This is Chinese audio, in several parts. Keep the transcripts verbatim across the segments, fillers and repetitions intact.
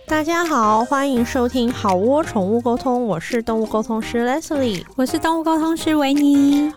大家好，欢迎收听好窝宠物沟通，我是动物沟通师 Leslie， 我是动物沟通师维尼。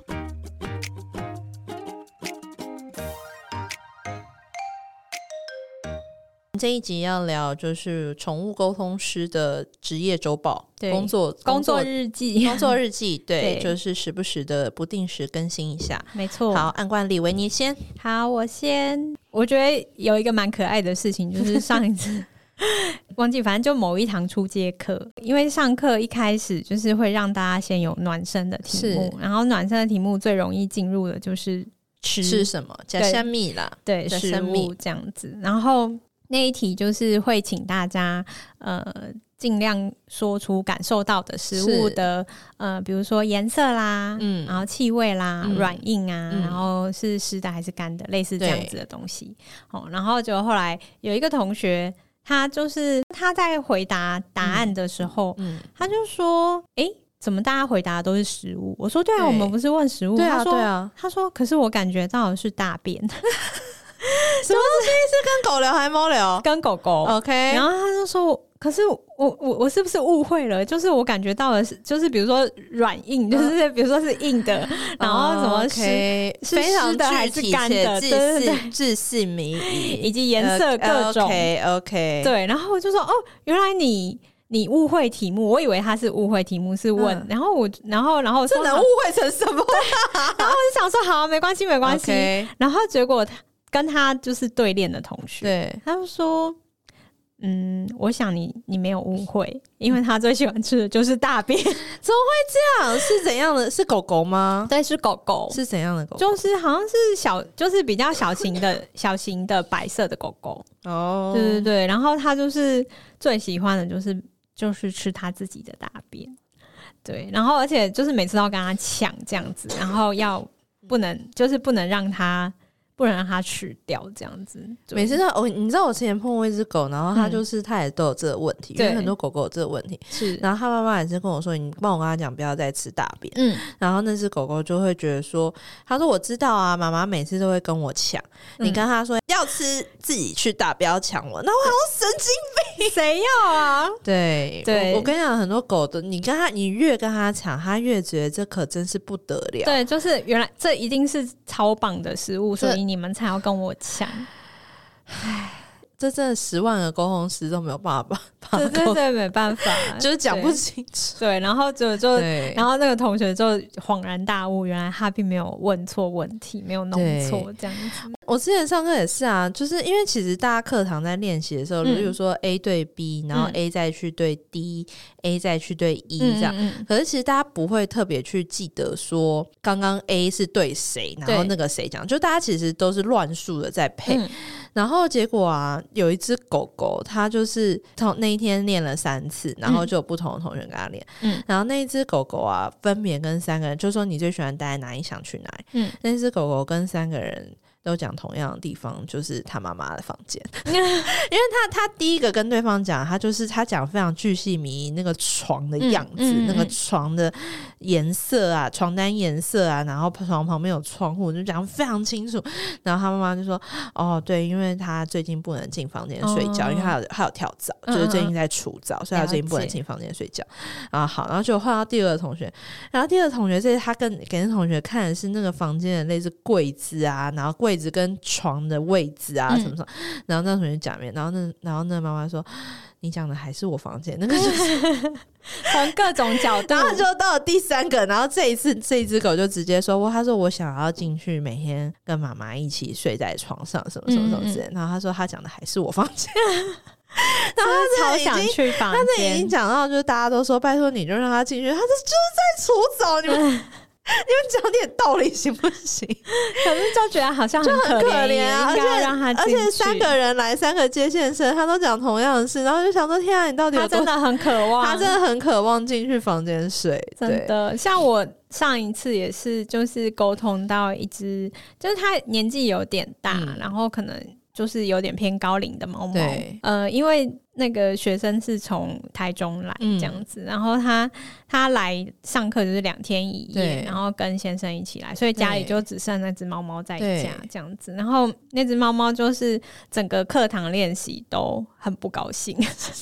这一集要聊就是宠物沟通师的职业周报，工作工作日记， 工作日记，对，对就是时不时的不定时更新一下， 没错。 好，按惯例，维尼先。 好，我先。我觉得有一个蛮可爱的事情，就是上一次忘记，反正就某一堂初阶课，因为上课一开始就是会让大家先有暖身的题目，然后暖身的题目最容易进入的就是吃吃什么，加虾米啦， 对，食物这样子，然后。那一题就是会请大家呃尽量说出感受到的食物的呃比如说颜色啦、嗯、然后气味啦、软、嗯、硬啊、嗯、然后是湿的还是干的，类似这样子的东西、哦、然后就后来有一个同学他就是他在回答答案的时候、嗯嗯、他就说诶怎么大家回答的都是食物？我说对啊对，我们不是问食物。 对啊他说对啊， 他说可是我感觉到的是大便什么东西是跟狗聊还猫聊？ 跟狗狗 OK， 然后他就说可是我我我是不是误会了，就是我感觉到的是就是比如说软硬、嗯、就是比如说是硬的、嗯、然后什么是、 okay, 是湿的还是干的， 对对对，字式谜语以及颜色各种、 uh, OK OK， 对，然后我就说哦原来你你误会题目，我以为他是误会题目是问、嗯、然后我然后然后这能误会成什么然后我就想说好没关系没关系、 okay. 然后结果他跟他就是对练的同学， 对， 他就说嗯，我想你你没有误会，因为他最喜欢吃的就是大便。怎么会这样？是怎样的？是狗狗吗？ 对，是狗狗。 是怎样的狗狗？ 就是好像是小，就是比较小型的小型的白色的狗狗。哦，对对对，然后他就是最喜欢的就是就是吃他自己的大便。对，然后而且就是每次都要跟他抢这样子，然后要不能就是不能让他。不能让它吃掉这样子。 每次我你知道我之前碰过一只狗，然后它就是它、嗯、也都有这个问题，因为很多狗狗有这个问题是，然后它妈妈也是跟我说你帮我跟它讲不要再吃大便，嗯，然后那只狗狗就会觉得说他说我知道啊，妈妈每次都会跟我抢、嗯、你跟他说要吃自己去大，不要抢我，那我好像神经病， 谁要啊？ 对对，我, 我跟你讲很多狗的你跟他你越跟他抢他越觉得这可真是不得了， 对，就是原来这一定是超棒的食物，所以你们才要跟我抢。 唉，这真的十万个沟通师都没有办法， 对对对，没办法， 就是讲不清楚。 对，然后就就，然后那个同学就恍然大悟，原来他并没有问错问题，没有弄错这样子。 我之前上课也是啊，就是因为其实大家课堂在练习的时候，嗯、比如说 A 对 B， 然后 A 再去对 D、嗯、A 再去对 E 这样、嗯嗯嗯，可是其实大家不会特别去记得说刚刚 A 是对谁，然后那个谁讲，就大家其实都是乱数的在配。嗯，然后结果啊，有一只狗狗，它就是从那一天练了三次，然后就有不同的同学跟它练。嗯，然后那一只狗狗啊，分别跟三个人，就说你最喜欢待在哪里，想去哪里。嗯，那只狗狗跟三个人都讲同样的地方，就是他妈妈的房间。因为他他第一个跟对方讲，他就是他讲非常巨细靡遗那个床的样子、嗯嗯嗯、那个床的颜色啊，床单颜色啊，然后床旁边有窗户，就讲非常清楚。然后他妈妈就说哦对，因为他最近不能进房间睡觉、哦、因为他有他有跳蚤，就是最近在除蚤、嗯、所以他最近不能进房间睡觉啊。好，然后就换到第二个同学，然后第二个同学这是他跟给那同学看的是那个房间的类似柜子啊，然后柜子跟床的位置啊什么什么、嗯、然后那同学讲面，然后那然后那妈妈说你讲的还是我房间，那个就是从各种角度， 然后就到了第三个，然后这一次这一只狗就直接说我他说我想要进去每天跟妈妈一起睡在床上什么什么什么之类、嗯嗯、然后他说他讲的还是我房间然后他超想去房间， 他这已经讲到就是大家都说拜托你就让他进去，他说就是在除蚤，你们你们讲点道理行不行？ 可是就觉得好像很可怜啊， 应该让他进去， 而且三个人来三个接线生他都讲同样的事，然后就想说天啊你到底有多， 他真的很渴望， 他真的很渴望进去房间睡， 真的。像我上一次也是就是沟通到一只就是他年纪有点大、嗯、然后可能就是有点偏高龄的猫猫，呃，因为那个学生是从台中来这样子、嗯、然后他他来上课就是两天一夜，然后跟先生一起来，所以家里就只剩那只猫猫在家这样子，然后那只猫猫就是整个课堂练习都很不高兴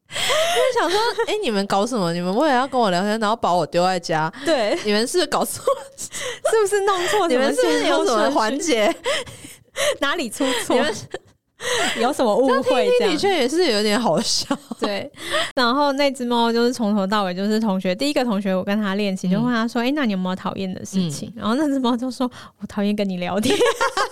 就想说哎、欸，你们搞什么？你们为了要跟我聊天然后把我丢在家， 对， 你们是不是搞错了？ 是不是弄错？ 你们是不是有什么环节哪里出错？你们有什么误会？这样的确也是有点好笑。 对，然后那只猫就是从头到尾就是同学，第一个同学我跟他练习，就问他说：“哎、嗯欸，那你有没有讨厌的事情？”嗯、然后那只猫就说：“我讨厌跟你聊天。”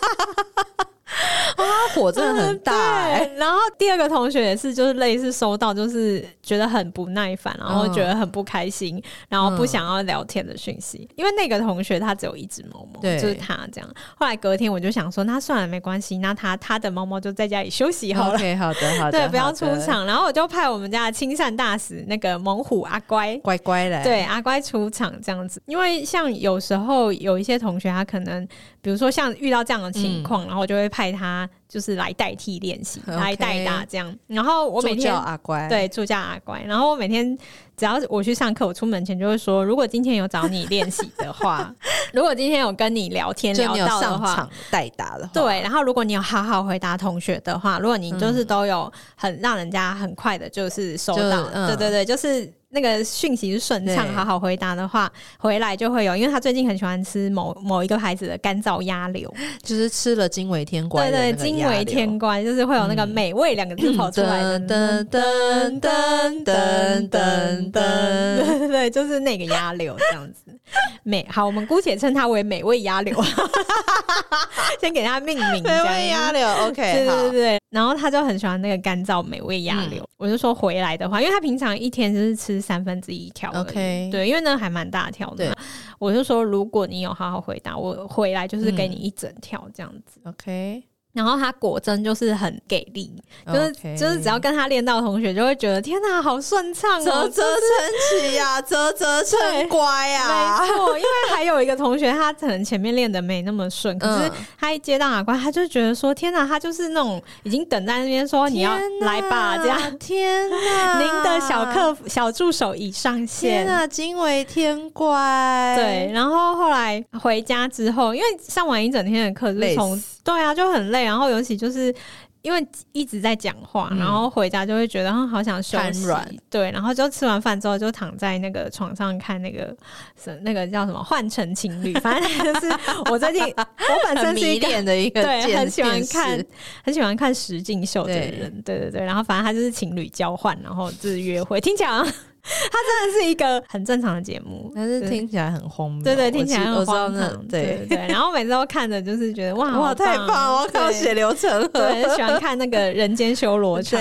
啊，火真的很大、欸嗯、然后第二个同学也是，就是类似收到就是觉得很不耐烦，然后觉得很不开心，嗯、然后不想要聊天的讯息。因为那个同学他只有一只猫猫，就是他这样。后来隔天我就想说，那算了，没关系，那他他的猫猫就在家里休息好了。 OK， 好的好的， 对，不要出场。然后我就派我们家的亲善大使那个猛虎阿乖乖乖来， 对，阿乖出场这样子。因为像有时候有一些同学他可能比如说像遇到这样的情况、嗯、然后我就会派他就是来代替练习、okay. 来代打这样。然后我每天助教阿乖， 对，助教阿乖。然后我每天只要我去上课，我出门前就会说，如果今天有找你练习的话如果今天有跟你聊天聊到的话， 就你有上场代打的话， 对，然后如果你有好好回答同学的话，如果你就是都有很让人家很快的就是收到、嗯、对对对，就是那个讯息是顺畅，好好回答的话，回来就会有。因为他最近很喜欢吃某某一个牌子的干燥鸭柳， 就是吃了惊为天怪的那个鸭柳， 对对，惊为天怪，就是会有那个美味两个字跑出来的，噔噔噔噔噔噔，对对对，就是那个鸭柳这样子。美好，我们姑且称它为美味鸭柳，先给它命名， 美味鸭柳 ，OK， 对对对。然后他就很喜欢那个干燥美味鸭柳、嗯，我就说回来的话，因为他平常一天就是吃三分之一条而已 ，OK， 对，因为那还蛮大条的。我就说，如果你有好好回答，我回来就是给你一整条这样子、 嗯、，OK。 然后他果真就是很给力，就是、okay. 就是只要跟他练到的同学就会觉得天哪，好顺畅哦， 啧啧称奇呀，啧啧称乖呀， 没错。因为还有一个同学，他可能前面练的没那么顺，可是他一接到阿乖，他就觉得说天哪，他就是那种已经等在那边说你要来吧，这样。 天哪， 您的小客小助手已上线， 天哪，惊为天怪。 对，然后后来回家之后，因为上完一整天的课，就是从对啊就很累。然后尤其就是因为一直在讲话、嗯、然后回家就会觉得好想休息，对，然后就吃完饭之后就躺在那个床上看那个那个叫什么换乘情侣，反正就是我最近我本身是一个迷恋的一个对很喜欢看很喜欢看实境秀的人，对对对，然后反正他就是情侣交换，然后就是约会，听起来它真的是一个很正常的节目， 但是听起来很荒谬， 对对，听起来很荒唐，对对对。然后每次都看着就是觉得哇哇太棒了，我要看到血流成河， 对，喜欢看那个人间修罗场，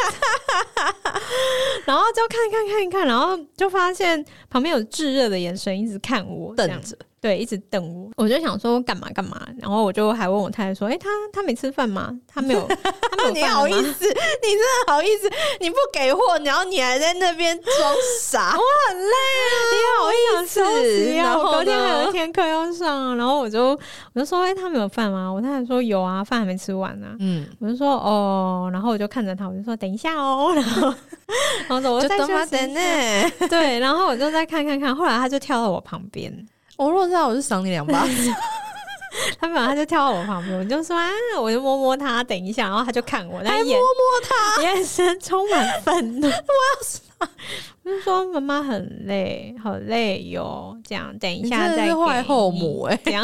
然后就看看看一看，然后就发现旁边有炙热的眼神一直看我， 瞪着。 对，一直瞪我，我就想说干嘛干嘛，然后我就还问我太太说：“哎、欸，他他没吃饭吗？他没有，他没有饭吗？ 你好意思，你真的好意思，你不给货，然后你还在那边装傻， 我很累啊， 你好意思。 然后隔天还有一天课要上，然后我就我就说：哎、欸，他没有饭吗？我太太说有啊，饭还没吃完呢、啊。嗯，我就说哦，然后我就看着他，我就说等一下哦，然后然后说我再休息呢，对，然后我就再看看看，后来他就跳到我旁边。 我如果知道我就赏你两巴掌他本来他就跳到我旁边，我就说啊，我就摸摸他，等一下，然后他就看我， 还摸摸他， 眼神充满愤怒。我要死了！我就说妈妈很累，好累哟，这样等一下再给你。你真的是坏后母哎、欸， 这样。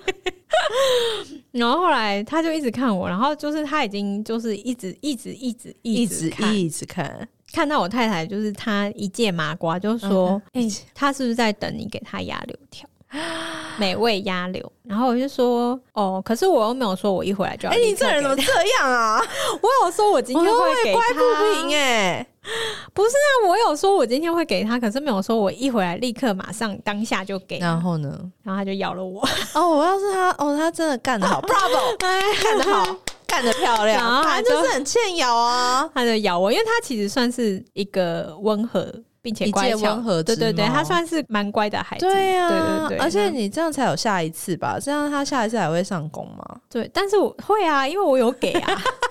然后后来他就一直看我，然后就是他已经就是一直一直一直一直看一直看。 看到我太太，就是她一介麻瓜，就说：“哎、嗯欸，她是不是在等你给她鸭柳条？美味鸭柳。”然后我就说：“哦，可是我又没有说我一回来就要。”哎、 欸，你这人怎么这样啊？ 我有说我今天会给她， 乖不平哎， 不是啊，我有说我今天会给她，可是没有说我一回来立刻马上当下就给。 然后呢？ 然后他就咬了我。 哦，我要是他，哦，他真的干得好，Bravo， 干得好。干得漂亮，然后他就是很欠咬啊， 他就咬我，因为他其实算是一个温和并且乖巧温和， 对对对，他算是蛮乖的孩子， 对啊， 对对对， 而且你这样才有下一次吧？这样他下一次还会上工吗？ 对，但是我会啊，因为我有给啊。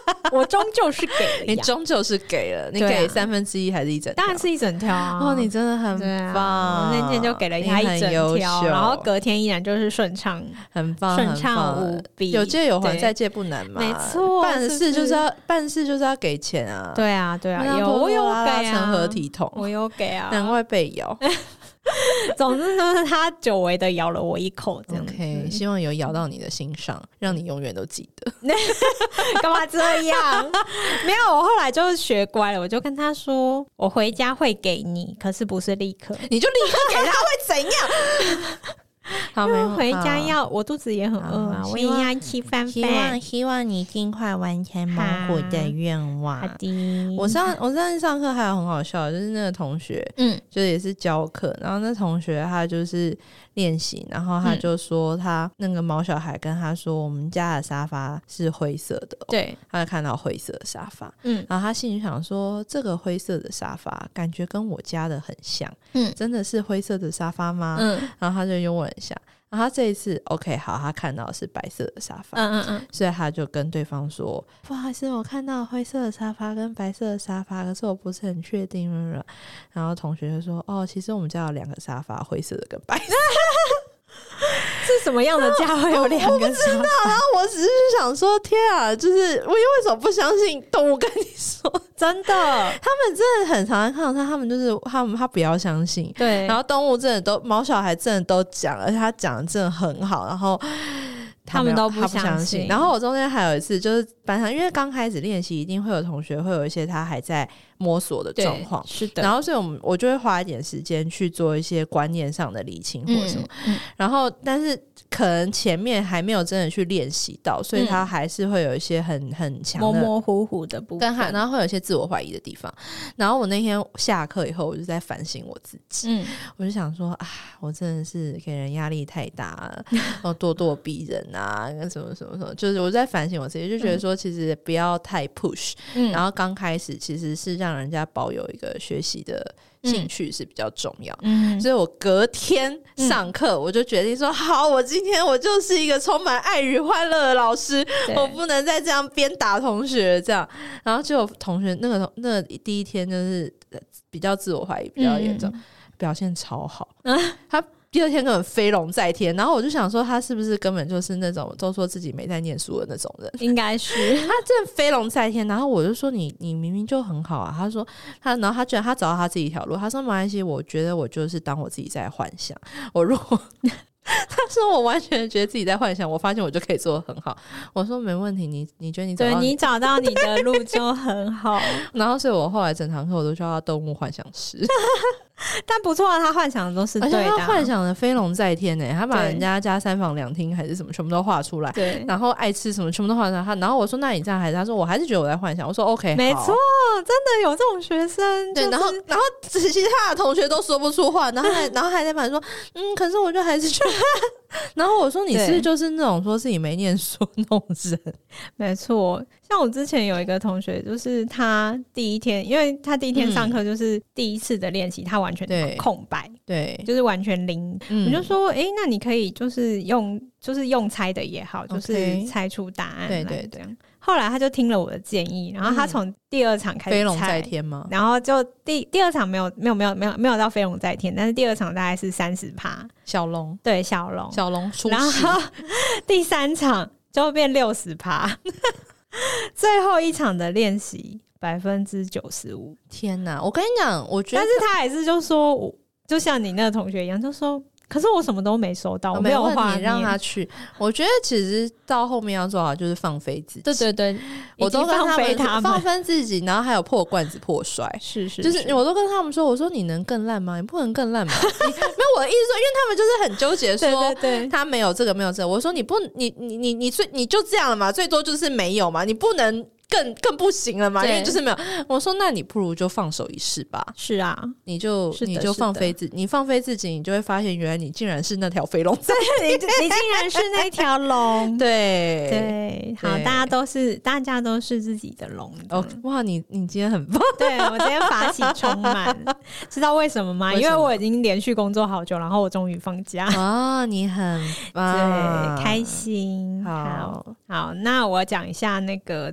我终究是给了， 你终究是给了，你给三分之一还是一整条？ 当然是一整条啊！ 哦，你真的很棒， 啊、我那天就给了他一整条，然后隔天依然就是顺畅， 很棒， 顺畅无比。 有借有还，再借不难嘛。 没错， 办事就是要办事就是要给钱啊。 对啊，对啊，有我有给啊， 成何体统？ 我有给啊， 难怪被咬。 总之就是他久违的咬了我一口这样子。 OK， 希望有咬到你的心上，让你永远都记得。 干嘛这样？没有，我后来就学乖了，我就跟他说我回家会给你，可是不是立刻。 你就立刻给他会怎样？ 因为回家要我肚子也很饿啊，我也要吃饭饭。 希望希望你尽快完成猛虎的愿望。 好的。 我上我上次上课还有很好笑，就是那个同学，嗯，就也是教课，然后那同学他就是练习，然后他就说他那个毛小孩跟他说，我们家的沙发是灰色的、哦，对，他就看到灰色的沙发，嗯，然后他心里想说，这个灰色的沙发感觉跟我家的很像，嗯，真的是灰色的沙发吗？嗯，然后他就又问一下。然后他这一次 OK 好，他看到的是白色的沙发，嗯嗯嗯，所以他就跟对方说，不好意思，我看到灰色的沙发跟白色的沙发，可是我不是很确定。然后同学就说，哦，其实我们家有两个沙发，灰色的跟白色的。 是什么样的家会有两个？我不知道。然后我只是想说，天啊，就是我为什么不相信动物跟你说？ 真的， 他们真的很常常看到他，他们就是他们他不要相信。对，然后动物真的都毛小孩真的都讲，而且他讲的真的很好，然后。 他们都不相信， 相信。然后我中间还有一次，就是班上，因为刚开始练习，一定会有同学会有一些他还在摸索的状况， 是的。 然后所以我们我就会花一点时间去做一些观念上的理清或者什么。嗯嗯、然后，但是可能前面还没有真的去练习到，所以他还是会有一些很很强的模模糊糊的部分， 然后会有一些自我怀疑的地方。然后我那天下课以后，我就在反省我自己，嗯，我就想说，啊，我真的是给人压力太大了，然后咄咄逼人啊，什么什么什么，就是我在反省我自己，就觉得说其实不要太 push，嗯，然后刚开始其实是让人家保有一个学习的兴趣是比较重要，嗯，所以我隔天上课、嗯、我就决定说，好，我今天我就是一个充满爱与欢乐的老师，我不能再这样鞭打同学这样。然后就有同学那个那个第一天就是比较自我怀疑比较严重、嗯、表现超好、啊、他第二天根本飞龙在天，然后我就想说他是不是根本就是那种都说自己没在念书的那种人， 应该是他真的飞龙在天。然后我就说你你明明就很好啊，他说他然后他居然他找到他自己一条路，他说没关系，我觉得我就是当我自己在幻想，我如果他说我完全觉得自己在幻想，我发现我就可以做得很好。我说没问题，你你觉得你找到对你找到你的路就很好然后所以我后来整堂课我都叫他动物幻想师但不错啊，他幻想的都是对的、啊、 而且他幻想的飞龙在天、欸、他把人家家三房两厅还是什么全部都画出来，对，然后爱吃什么全部都画出来。然后我说那你这样还是，他说我还是觉得我在幻想。我说 OK 没错，真的有这种学生、就是、 对，然后然后其他的同学都说不出话，然后还然后还在反说嗯，可是我就还是觉得然后我说你是不是就是那种说自己没念书那种人？ 没错，像我之前有一个同学，就是他第一天，因为他第一天上课就是第一次的练习、嗯、他完全空白，对，就是完全零、嗯、我就说哎，那你可以就是用就是用猜的也好，就是猜出答案来，对对对。后来他就听了我的建议，然后他从第二场开始猜、嗯、飞龙在天吗？然后就第第二场没有没有没有没有没有到飞龙在天，但是第二场大概是三十趴小龙， 对，小龙小龙出席， 然后第三场就变六十趴最后一场的练习百分之九十五。 天哪！我跟你讲，我觉得， 但是他还是就说，就像你那个同学一样，就说。可是我什么都没收到，我没有画面， 你让他去。我觉得其实到后面要做好就是放飞自己。 对对对， 我都跟他们放飞他们放飞自己，然后还有破罐子破摔。 是是， 就是我都跟他们说，我说你能更烂吗？你不能更烂吗？你没有我的意思说，因为他们就是很纠结说，对对对，他没有这个没有这个。我说你不，你你你你最你就这样了嘛，最多就是没有嘛，你不能。更更不行了嘛，因为就是没有。我说那你不如就放手一试吧。 是啊， 你就你就放飞自己，你放飞自己，你就会发现原来你竟然是那条飞龙在你你竟然是那条龙对对，好，大家都是大家都是自己的龙哦。哇，你你今天很棒。 对，我今天法喜充满知道为什么吗？因为我已经连续工作好久，然后我终于放假哦，你很棒， 对，开心。好好，那我讲一下那个之前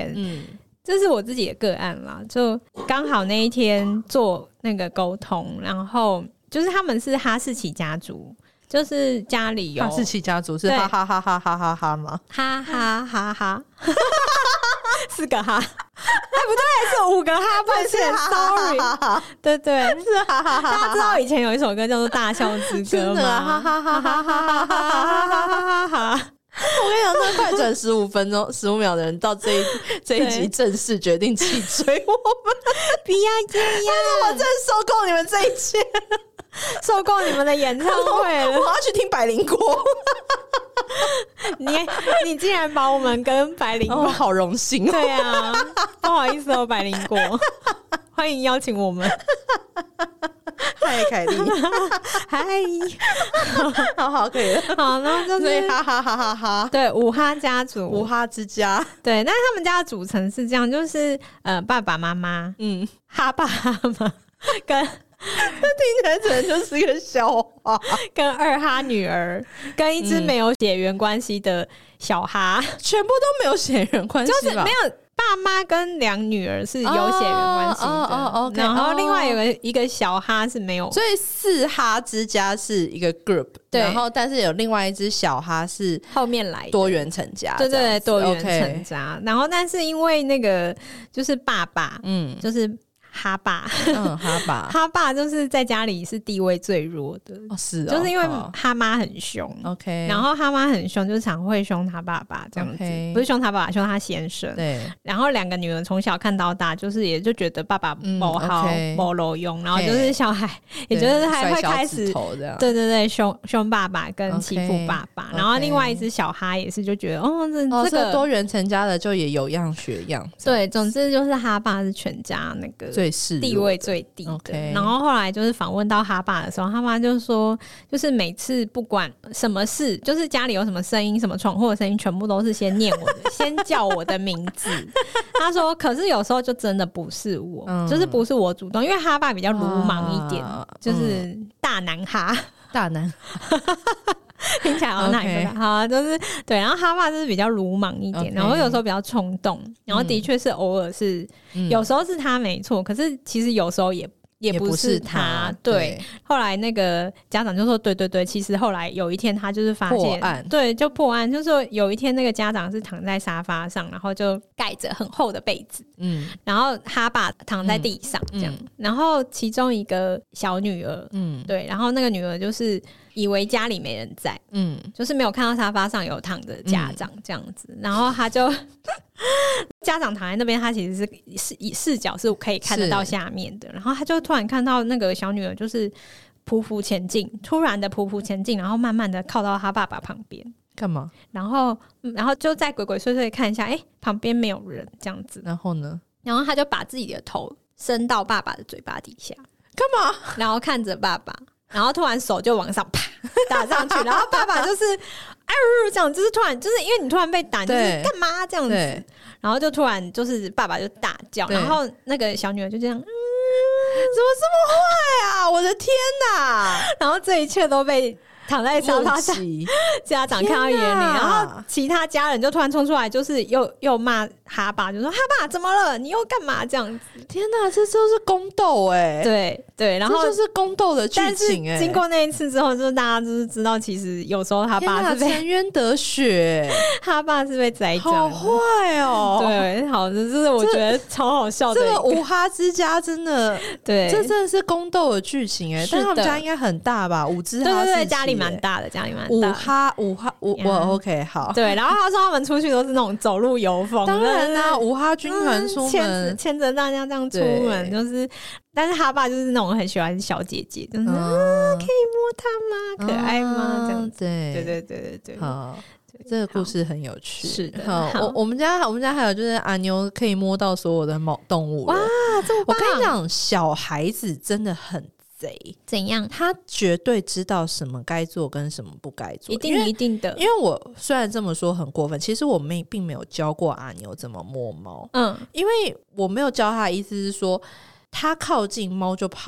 天，嗯，这是我自己的个案啦，就刚好那一天做那个沟通，然后就是他们是哈士奇家族，就是家里有哈士奇家族是哈哈哈哈哈哈哈吗？ 哈哈哈哈四个哈，哎不对，是五个哈，抱歉 ，sorry， 对对， 是哈哈哈。 大家知道以前有一首歌叫做《大笑之歌》吗？ 哈哈哈哈哈哈哈哈哈！我跟你讲，那快转十五分钟、十五秒的人到这一这一集正式决定弃追我们， 不要这样！ 我真的受够你们这一切， 受够你们的演唱会了。 我要去听百灵果。 你你竟然把我们跟百灵果、 哦，好荣幸、哦。 对啊，不好意思哦，百灵果，欢迎邀请我们。 嗨，凯莉， 嗨， 好好，可以了。 好，然后就是哈哈哈哈哈， 对，五哈家族， 五哈之家。 对，但是他们家的组成是这样，就是呃，爸爸妈妈，嗯，哈爸哈妈跟。 听起来可能就是一个笑话， 跟二哈女儿，跟一只没有血缘关系的小哈、嗯， 全部都没有血缘关系吧， 就是没有爸妈跟两女儿是有血缘关系的，哦哦哦 okay, 然后另外有个一个小哈是没有， 所以四哈之家是一个 group， 对，然后但是有另外一只小哈是后面来的多元成家， 对对对，多元成家， okay. 然后但是因为那个就是爸爸，嗯，就是。哈爸， 嗯，哈爸， 哈爸就是在家里是地位最弱的， 哦、是、哦， 就是因为哈妈很凶 ，OK， 然后哈妈很凶，就是常会凶他爸爸这样子， okay. 不是凶他爸爸，凶他先生， 对。 然后两个女儿从小看到大，就是也就觉得爸爸不好，不路用，然后就是小孩，也就是还会开始，对对对，凶凶爸爸跟欺负爸爸， okay. 然后另外一只小哈也是就觉得，哦，这、 哦、 这个多元成家的就也有样学样， 对，总之就是哈爸是全家那个最地位最低的、 okay. 然后后来就是访问到哈爸的时候，哈爸就说就是每次不管什么事，就是家里有什么声音什么闯祸的声音，全部都是先念我的先叫我的名字。他说可是有时候就真的不是我、嗯、就是不是我主动，因为哈爸比较鲁莽一点、啊、就是大男哈、嗯、 大男听起来好哪一个？ Okay. 好、啊，就是对。然后哈爸就是比较鲁莽一点， okay. 然后有时候比较冲动，然后的确是偶尔是、嗯，有时候是他没错，可是其实有时候也也不是他。是他对, 对，后来那个家长就说：“对对对，其实后来有一天他就是发现，破案对，就破案，就是说有一天那个家长是躺在沙发上，然后就盖着很厚的被子，嗯，然后哈爸躺在地上这样、嗯嗯，然后其中一个小女儿，嗯，对，然后那个女儿就是。”以为家里没人在，嗯，就是没有看到沙发上有躺着家长这样子、嗯、然后他就家长躺在那边，他其实是视视角是可以看得到下面的，然后他就突然看到那个小女儿就是匍匐前进，突然的匍匐前进，然后慢慢的靠到他爸爸旁边干嘛， 然后然后就再鬼鬼祟祟看一下，哎、欸，旁边没有人这样子， 然后呢， 然后他就把自己的头伸到爸爸的嘴巴底下干嘛， 然后看着爸爸，然后突然手就往上啪打上去，然后爸爸就是哎这样，就是突然就是因为你突然被打，就是干嘛这样子，然后就突然就是爸爸就大叫，然后那个小女儿就这样，嗯， 怎么这么坏啊！我的天哪！ 然后这一切都被躺在沙发上家长看到眼里，然后其他家人就突然冲出来，就是又又骂哈爸，就说哈爸怎么了？你又干嘛这样子？ 天哪，这就是宫斗哎！ 对对，然后这就是宫斗的剧情哎、欸。 经过那一次之后，就是大家就是知道，其实有时候他爸是被沉冤得雪， 他爸是被宰长， 好坏哦。 对，好，这是我觉得超好笑的。 这个五哈之家真的， 对， 这真的是宫斗的剧情哎、欸。但他们家应该很大吧？五只哈士奇、欸， 对对对，家里蛮大的，家里蛮大。 五哈五哈五，我 OK 好。 对，然后他说他们出去都是那种走路游风， 当然啦、啊，五哈军团出门， 牵着大家这样出门，就是。但是哈爸就是那种很喜欢小姐姐，就是、嗯、啊，可以摸她吗？可爱吗？啊、这样子，对对对对对对。 好，这个故事很有趣。 是的， 好，好我我们家我们家还有就是阿妞可以摸到所有的猫动物。 哇，这么棒！ 我跟你讲，小孩子真的很贼。 怎样？ 他绝对知道什么该做跟什么不该做， 一定一定的。 因为我虽然这么说很过分，其实我没并没有教过阿妞怎么摸猫。嗯，因为我没有教他的意思是说。他靠近猫就跑了，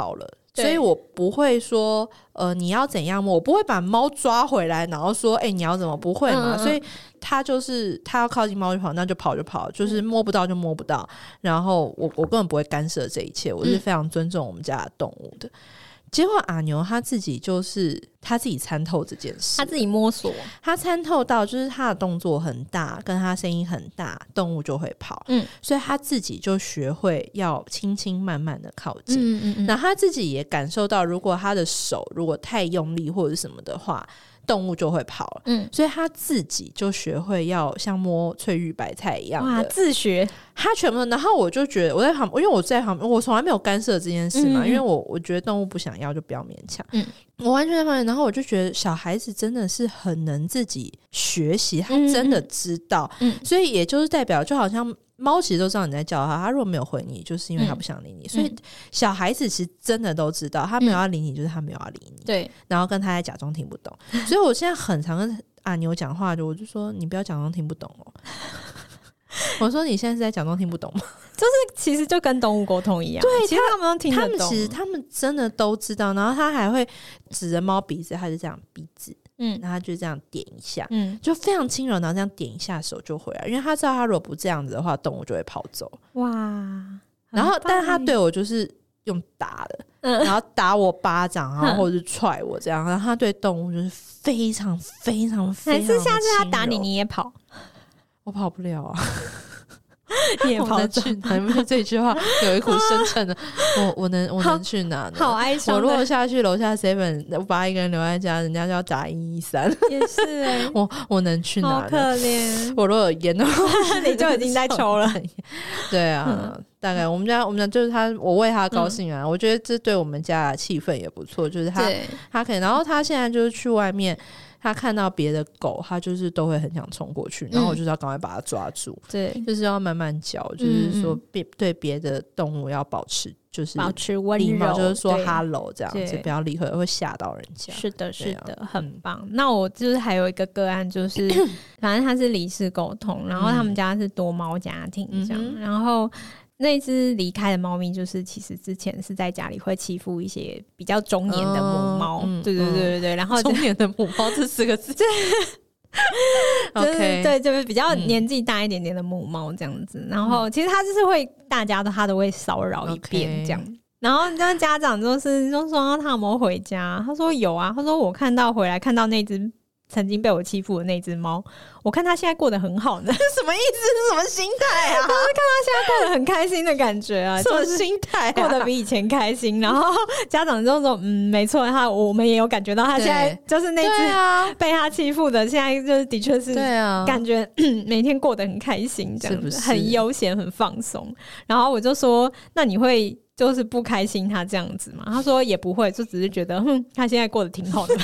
所以我不会说呃你要怎样摸，我不会把猫抓回来然后说哎、欸、你要怎么，不会嘛、嗯嗯，所以他就是他要靠近猫就跑，那就跑就跑，就是摸不到就摸不到，然后我我根本不会干涉这一切，我是非常尊重我们家的动物的。结果阿牛他自己就是他自己参透这件事， 他自己摸索， 他参透到就是他的动作很大跟他声音很大，动物就会跑，嗯，所以他自己就学会要轻轻慢慢的靠近，嗯嗯嗯，然后他自己也感受到如果他的手如果太用力或者什么的话动物就会跑了，嗯，所以他自己就学会要像摸翠玉白菜一样的， 哇，自学， 他全部都，然后我就觉得我在旁，因为我在旁边，我从来没有干涉这件事嘛，嗯嗯，因为我我觉得动物不想要就不要勉强，嗯，我完全在旁边，然后我就觉得小孩子真的是很能自己学习，他真的知道，嗯嗯，所以也就是代表就好像猫其实都知道你在叫他，他如果没有回你就是因为他不想理你，嗯，所以小孩子其实真的都知道他没有要理你，就是他没有要理你， 对， 然后跟他在假装听不懂，所以我现在很常跟阿牛讲话，我就说你不要假装听不懂哦我说你现在是在假装听不懂吗？ 就是其实就跟动物沟通一样， 对， 其实他们都听得懂， 他们其实他们真的都知道，然后他还会指着猫鼻子，他就这样鼻子，嗯，然后他就这样点一下，嗯，就非常轻柔，然后这样点一下手就回来，因为他知道他如果不这样子的话动物就会跑走， 哇， 然后但他对我就是用打的，嗯，然后打我巴掌，然后或者是踹我这样，然后他对动物就是非常非常非常，还是下次他打你你也跑？ 我跑不了啊你也跑去哪？有没有这句话有一股深沉的我我能我能去哪呢？ 好哀伤。 我如果下去楼下 seven 我把一个人留在家，人家就要打一一三， 也是哎、欸， 我我能去哪呢？ 好可怜。 我如果有烟的话你就已经在抽了对啊、嗯、大概我们家我们家就是他，我为他高兴啊、嗯、我觉得这对我们家的气氛也不错，就是他他可以，然后他现在就是去外面他看到别的狗他就是都会很想冲过去，然后我就是要赶快把它抓住、嗯、对，就是要慢慢教，就是说对别的动物要保持就是保持温柔， 就是说 hello 这样子，不要立刻会吓到人家。 是的是的、啊、很棒、嗯、那我就是还有一个个案，就是反正他是离世沟通，然后他们家是多猫家庭这样、嗯、然后那只离开的猫咪就是其实之前是在家里会欺负一些比较中年的母猫、嗯、对对对对对、嗯、然后中年的母猫这四个字就是、okay, 对，就是比较年纪大一点点的母猫这样子、嗯、然后其实他就是会大家都他都会骚扰一遍这样、okay. 然后那家长就是就说他有没有回家，他说有啊，他说我看到回来看到那只曾经被我欺负的那只猫，我看他现在过得很好呢。 什么意思？是什么心态啊？ 我是看他现在过得很开心的感觉啊。 什么心态、啊？ 过得比以前开心。然后家长就说嗯没错，他我们也有感觉到他现在就是那只被他欺负的现在就是的确是感觉、啊、每天过得很开心这样子，是不是很悠闲很放松。然后我就说那你会就是不开心他这样子吗？他说也不会，就只是觉得哼他现在过得挺好的。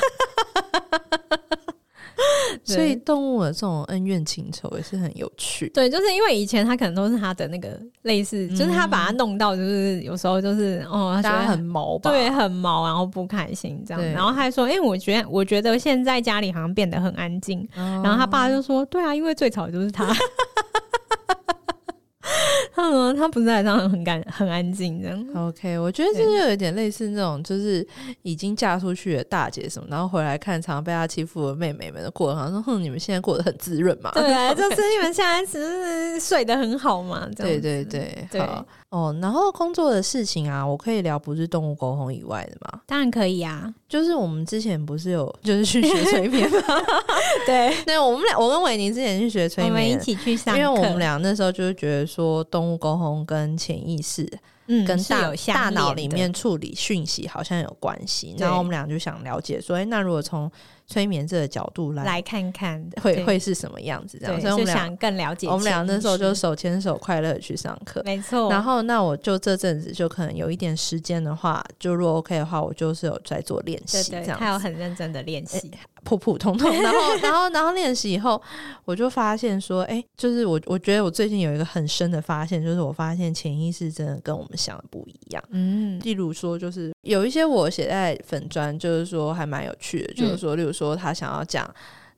所以动物的这种恩怨情仇也是很有趣。 对，就是因为以前他可能都是他的那个类似、嗯、就是他把他弄到就是有时候就是哦， 大家很毛吧， 对，很毛，然后不开心这样。然后他还说哎、欸，我觉得我觉得现在家里好像变得很安静、哦、然后他爸就说对啊，因为最吵的就是他他说他不是在上很干很安静这样。 OK， 我觉得这就有点类似那种就是已经嫁出去的大姐什么，然后回来看常常被她欺负的妹妹们的过程，好像说哼你们现在过得很滋润嘛。 对啊，就是你们现在只是睡得很好嘛这样子。 对对对对。好哦，然后工作的事情啊，我可以聊不是动物沟通以外的吗？ 当然可以啊， 就是我们之前不是有就是去学催眠吗？ 对对， 我们俩我跟伟宁之前去学催眠， 我们一起去上课， 因为我们俩那时候就是觉得说动物沟通跟潜意识嗯，跟大大脑里面处理讯息好像有关系，然后我们俩就想了解说，哎，那如果从催眠这个角度来来看看会会是什么样子这样，所以我们就想更了解。 我们俩那时候就手牵手快乐去上课， 没错。 然后那我就这阵子就可能有一点时间的话，就如果 OK 的话，我就是有在做练习， 对对，他有很认真的练习， 普普通通，然后然后然后练习以后，我就发现说，哎，就是我我觉得我最近有一个很深的发现，就是我发现潜意识真的跟我们想的不一样。嗯，例如说，就是有一些我写在粉专，就是说还蛮有趣的，就是说，例如说他想要讲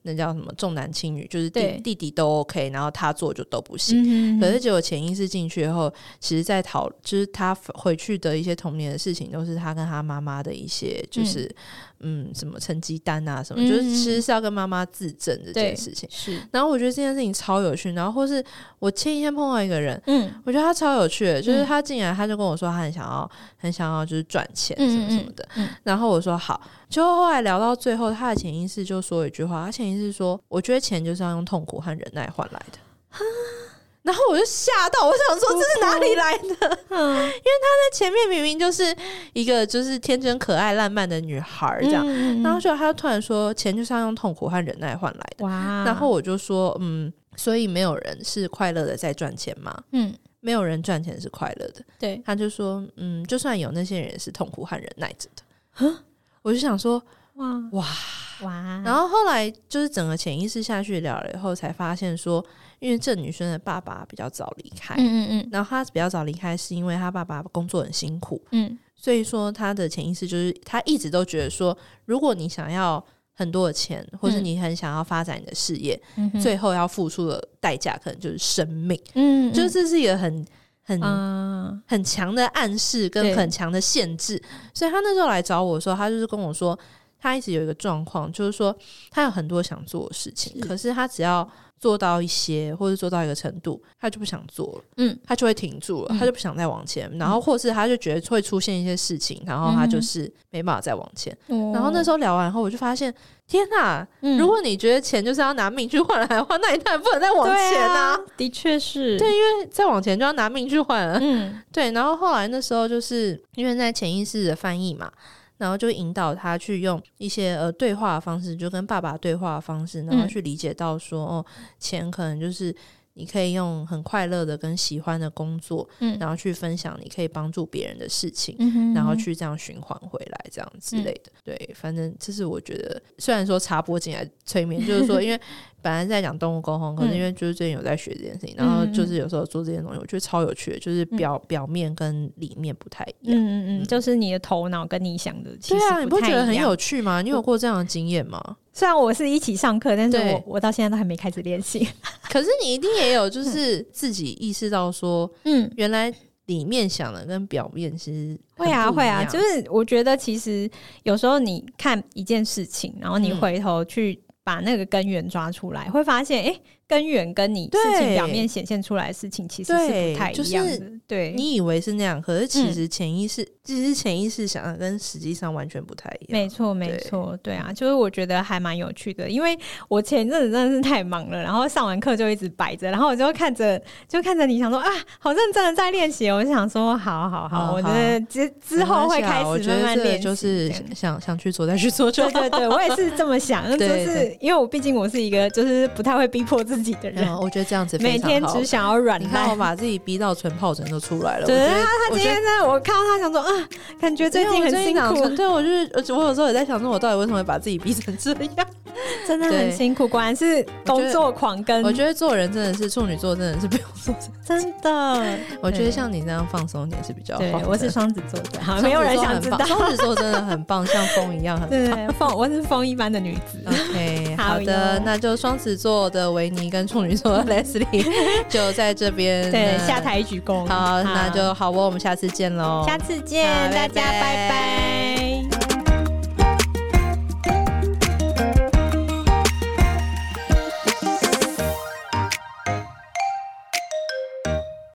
那叫什么重男轻女，就是 弟, 弟弟都 OK， 然后他做就都不行。嗯、可是结果潜意识进去以后，其实在讨就是他回去的一些童年的事情，都是他跟他妈妈的一些就是嗯, 嗯什么成绩单啊什么、嗯、就是其实是要跟妈妈自证这件事情。是，然后我觉得这件事情超有趣。然后或是我前几天碰到一个人，嗯，我觉得他超有趣的，就是他进来他就跟我说他很想要很想要就是赚钱什么什么的。嗯嗯嗯、然后我说好，就后来聊到最后，他的潜意识就说一句话，他潜意识说我觉得钱就是要用痛苦和忍耐换来的。然后我就吓到，我想说这是哪里来的、嗯、因为他在前面明明就是一个就是天真可爱烂漫的女孩这样、嗯、然后就他就突然说钱就是要用痛苦和忍耐换来的。哇！然后我就说嗯，所以没有人是快乐的在赚钱吗？嗯，没有人赚钱是快乐的。对，他就说嗯，就算有那些人也是痛苦和忍耐着的。我就想说哇哇哇！然后后来就是整个潜意识下去聊了以后，才发现说，因为这女生的爸爸比较早离开，嗯嗯嗯，然后她比较早离开是因为她爸爸工作很辛苦，嗯，所以说她的潜意识就是她一直都觉得说，如果你想要很多的钱，或是你很想要发展你的事业，嗯、最后要付出的代价可能就是生命，嗯, 嗯，就是这是一个很。很、嗯、很强的暗示跟很强的限制，所以他那时候来找我的时候，他就是跟我说他一直有一个状况，就是说他有很多想做的事情，是可是他只要做到一些或者做到一个程度他就不想做了，嗯，他就会停住了、嗯、他就不想再往前，然后或是他就觉得会出现一些事情，然后他就是没办法再往前、嗯、然后那时候聊完后我就发现天哪、嗯、如果你觉得钱就是要拿命去换来的话，那你当然不能再往前啊，啊的确是， 对，因为再往前就要拿命去换了，嗯，对。然后后来那时候就是因为在潜意识的翻译嘛，然后就引导他去用一些呃对话的方式，就跟爸爸对话的方式，然后去理解到说、嗯、哦，钱可能就是你可以用很快乐的跟喜欢的工作、嗯、然后去分享你可以帮助别人的事情、嗯、哼哼然后去这样循环回来这样之类的、嗯、对，反正这是我觉得虽然说插播进来催眠就是说因为本来在讲动物沟通，可是因为就是最近有在学这件事情、嗯、然后就是有时候做这件东西我觉得超有趣的，就是表、嗯、表面跟里面不太一样， 嗯嗯嗯，就是你的头脑跟你想的其实不太一样。对啊， 你不觉得很有趣吗？你有过这样的经验吗？ 虽然我是一起上课，但是我我到现在都还没开始练习可是你一定也有就是自己意识到说嗯，原来里面想的跟表面其实会啊会啊，就是我觉得其实有时候你看一件事情，然后你回头去把那个根源抓出来、嗯、会发现哎，根源跟你事情表面显现出来的事情其实是不太一样的。对、就是、 你以为是那样，可是其实潜意识、嗯、其实潜意识想的跟实际上完全不太一样。 没错没错，对啊，就是我觉得还蛮有趣的，因为我前一阵子真的是太忙了，然后上完课就一直摆着，然后我就看着就看着你想说啊好认真的在练习，我就想说好好好、哦、我觉得之之后会开始慢慢练习， 就是想想去做再去做就好。 对对对，我也是这么想就是因为我毕竟我是一个就是不太会逼迫自己的人、 嗯、我觉得这样子非常好， 每天只想要软烂。 你看我把自己逼到纯疱疹都出来了。 对啊，他今天呢我看到他想说啊感觉最近很辛苦。 对，我就是我有时候也在想说我到底为什么会把自己逼成这样真的很辛苦，果然是工作狂跟我觉得做人真的是处女座真的是不用做真的我觉得像你这样放松一点是比较好的。 对，我是双子座的，好，没有人想知道。 双子座真的很棒像风一样很棒。 对，风，我是风一般的女子。 OK 好的，那就双子座的维尼跟处女座的 Leslie 就在这边对下台鞠躬。 好，那就好，我们下次见咯， 下次见，大家拜拜。